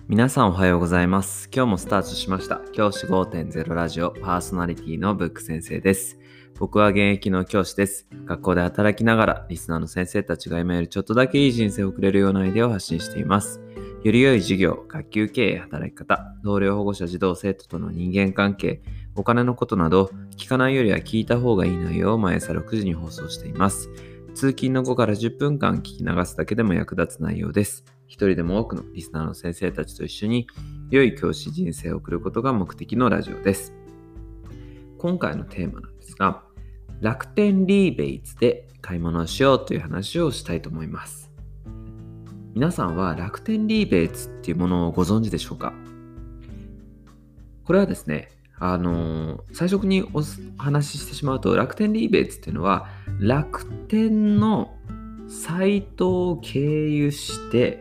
皆さんおはようございます。今日もスタートしました。教師 5.0 ラジオパーソナリティのブック先生です。僕は現役の教師です。学校で働きながらリスナーの先生たちが今よりちょっとだけいい人生を送れるようなアイデアを発信しています。より良い授業、学級経営、働き方、同僚保護者、児童生徒との人間関係、お金のことなど聞かないよりは聞いた方がいい内容を毎朝6時に放送しています。通勤の5から10分間聞き流すだけでも役立つ内容です。一人でも多くのリスナーの先生たちと一緒に良い教師人生を送ることが目的のラジオです。今回のテーマなんですが、楽天リーベイツで買い物をしようという話をしたいと思います。皆さんは楽天リーベイツっていうものをご存知でしょうか？これはですね、最初にお話ししてしまうと、楽天リーベイツっていうのは楽天のサイトを経由して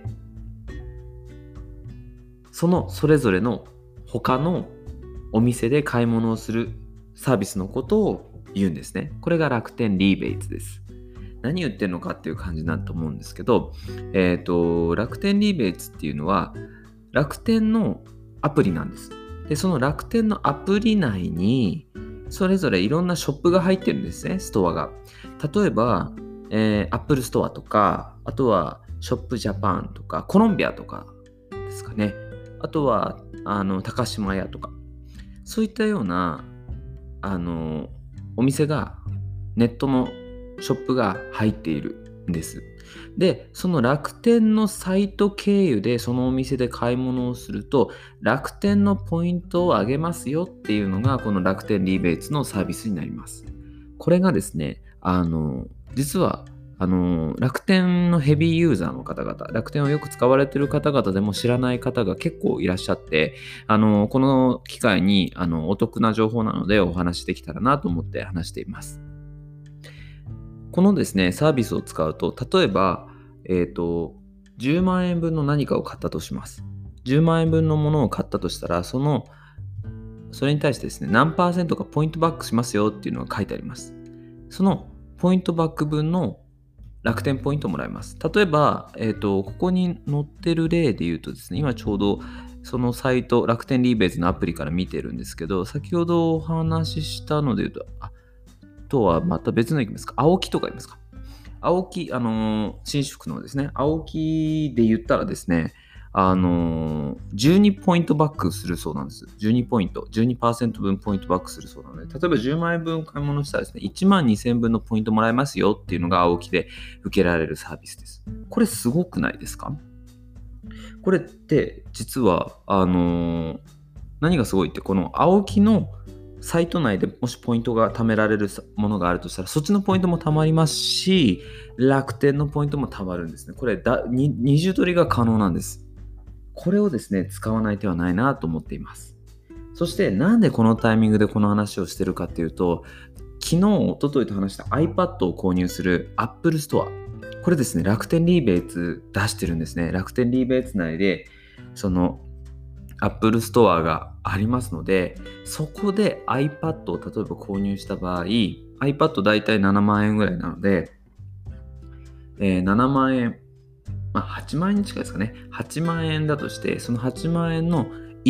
それぞれの他のお店で買い物をするサービスのことを言うんですね。これが楽天リーベイツです。何言ってるのかっていう感じになると思うんですけど、楽天リーベイツっていうのは楽天のアプリなんです。で、その楽天のアプリ内にそれぞれいろんなショップが入ってるんですね、ストアが。例えば、Apple ストアとか、あとはショップジャパンとか、コロンビアとかですかね。あとは高島屋とか、そういったようなお店が、ネットのショップが入っているんです。で、その楽天のサイト経由でそのお店で買い物をすると、楽天のポイントを上げますよっていうのがこの楽天リーベイツのサービスになります。これがですね、実は楽天のヘビーユーザーの方々、楽天をよく使われている方々でも知らない方が結構いらっしゃって、この機会にお得な情報なのでお話しできたらなと思って話しています。このですね、サービスを使うと、例えば、10万円分の何かを買ったとします。10万円分のものを買ったとしたら、それに対してですね、何パーセントかポイントバックしますよっていうのが書いてあります。そのポイントバック分の楽天ポイントもらえます。例えば、ここに載ってる例で言うとですね、今ちょうどそのサイト、楽天リーベイツのアプリから見てるんですけど、先ほどお話ししたので言うと、あとはまた別のいきますか。青木とかいますか。青木、新宿のですね、青木で言ったらですね、12ポイントバックするそうなんです。12ポイント、12% 分ポイントバックするそうなので、例えば10万円分買い物したらですね、1万2000分のポイントもらえますよっていうのが青木で受けられるサービスです。これすごくないですか？これって実は、何がすごいって、この青木のサイト内でもしポイントが貯められるものがあるとしたら、そっちのポイントも貯まりますし、楽天のポイントも貯まるんですね。これ二重取りが可能なんです。これをですね、使わない手はないなと思っています。そしてなんでこのタイミングでこの話をしてるかっていうと、昨日、一昨日と話した iPad を購入する Apple ストア。これですね、楽天リーベイツ出してるんですね。楽天リーベイツ内で、その Apple ストアがありますので、そこで iPad を例えば購入した場合、iPad だいたい7万円ぐらいなので、7万円、8万円近いですかね。8万円だとして、その8万円の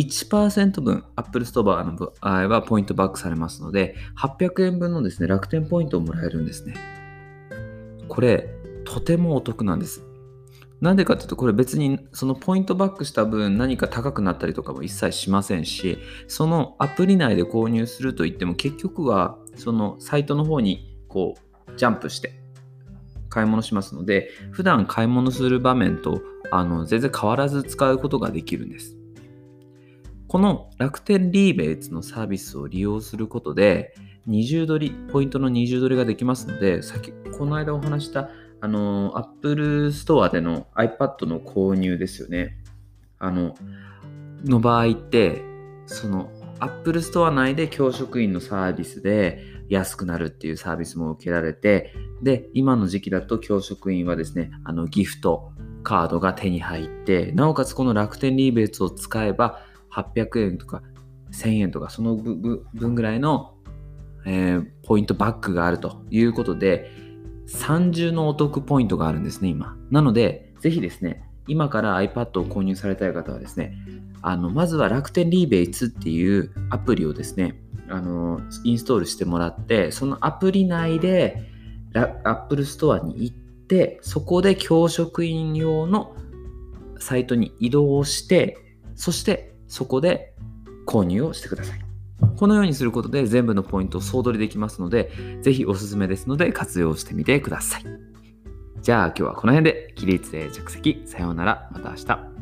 1% 分、Apple ストアの場合はポイントバックされますので、800円分のですね、楽天ポイントをもらえるんですね。これ、とてもお得なんです。なんでかというと、これ別にそのポイントバックした分何か高くなったりとかも一切しませんし、そのアプリ内で購入するといっても結局はそのサイトの方にこうジャンプして買い物しますので、普段買い物する場面と全然変わらず使うことができるんです。この楽天リーベイツのサービスを利用することでポイントの二重取りができますので、この間お話したApple ストアでの iPad の購入ですよね。の場合って、その Apple ストア内で教職員のサービスで安くなるっていうサービスも受けられて、で、今の時期だと教職員はですね、ギフトカードが手に入って、なおかつこの楽天リーベイツを使えば800円とか1000円とかその分ぐらいの、ポイントバックがあるということで、30のお得ポイントがあるんですね、今。なので、ぜひですね、 今から iPad を購入されたい方はですね、まずは楽天リーベイツっていうアプリをですね、インストールしてもらって、そのアプリ内でApple ストアに行って、そこで教職員用のサイトに移動して、そしてそこで購入をしてください。このようにすることで全部のポイントを総取りできますので、ぜひおすすめですので活用してみてください。じゃあ今日はこの辺で起立で着席。さようなら。また明日。